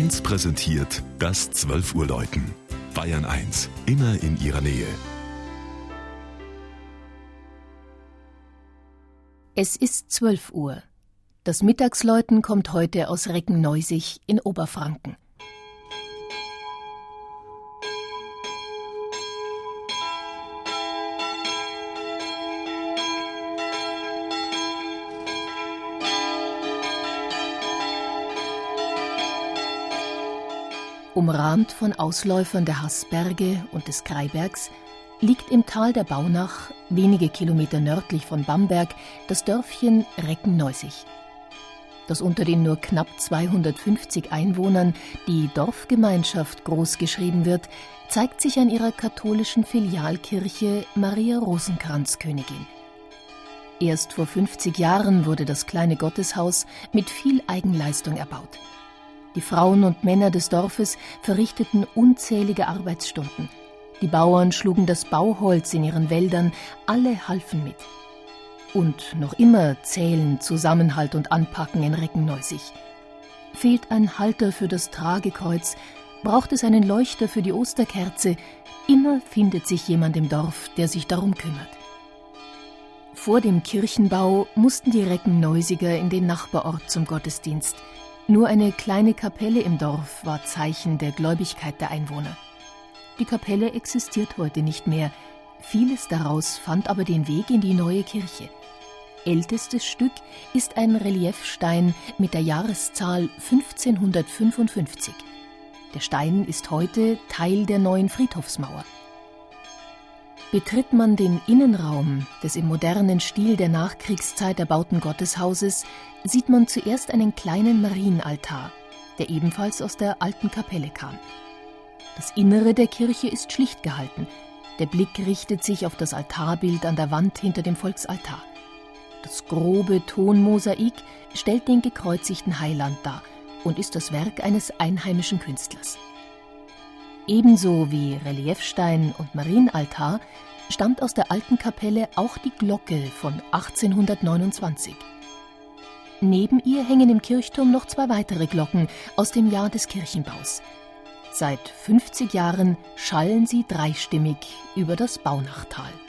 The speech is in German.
1 präsentiert das 12 Uhr Läuten. Bayern 1, immer in ihrer Nähe. Es ist 12 Uhr. Das Mittagsläuten kommt heute aus Recken-Neusig in Oberfranken. Umrahmt von Ausläufern der Haßberge und des Kreibergs liegt im Tal der Baunach, wenige Kilometer nördlich von Bamberg, das Dörfchen Recken-Neusig. Das unter den nur knapp 250 Einwohnern die Dorfgemeinschaft großgeschrieben wird, zeigt sich an ihrer katholischen Filialkirche Maria Rosenkranz-Königin. Erst vor 50 Jahren wurde das kleine Gotteshaus mit viel Eigenleistung erbaut. Die Frauen und Männer des Dorfes verrichteten unzählige Arbeitsstunden. Die Bauern schlugen das Bauholz in ihren Wäldern, alle halfen mit. Und noch immer zählen Zusammenhalt und Anpacken in Recken-Neusig. Fehlt ein Halter für das Tragekreuz, braucht es einen Leuchter für die Osterkerze, immer findet sich jemand im Dorf, der sich darum kümmert. Vor dem Kirchenbau mussten die Recken-Neusiger in den Nachbarort zum Gottesdienst. Nur eine kleine Kapelle im Dorf war Zeichen der Gläubigkeit der Einwohner. Die Kapelle existiert heute nicht mehr. Vieles daraus fand aber den Weg in die neue Kirche. Ältestes Stück ist ein Reliefstein mit der Jahreszahl 1555. Der Stein ist heute Teil der neuen Friedhofsmauer. Betritt man den Innenraum des im modernen Stil der Nachkriegszeit erbauten Gotteshauses, sieht man zuerst einen kleinen Marienaltar, der ebenfalls aus der alten Kapelle kam. Das Innere der Kirche ist schlicht gehalten. Der Blick richtet sich auf das Altarbild an der Wand hinter dem Volksaltar. Das grobe Tonmosaik stellt den gekreuzigten Heiland dar und ist das Werk eines einheimischen Künstlers. Ebenso wie Reliefstein und Marienaltar stammt aus der alten Kapelle auch die Glocke von 1829. Neben ihr hängen im Kirchturm noch 2 weitere Glocken aus dem Jahr des Kirchenbaus. Seit 50 Jahren schallen sie dreistimmig über das Baunachtal.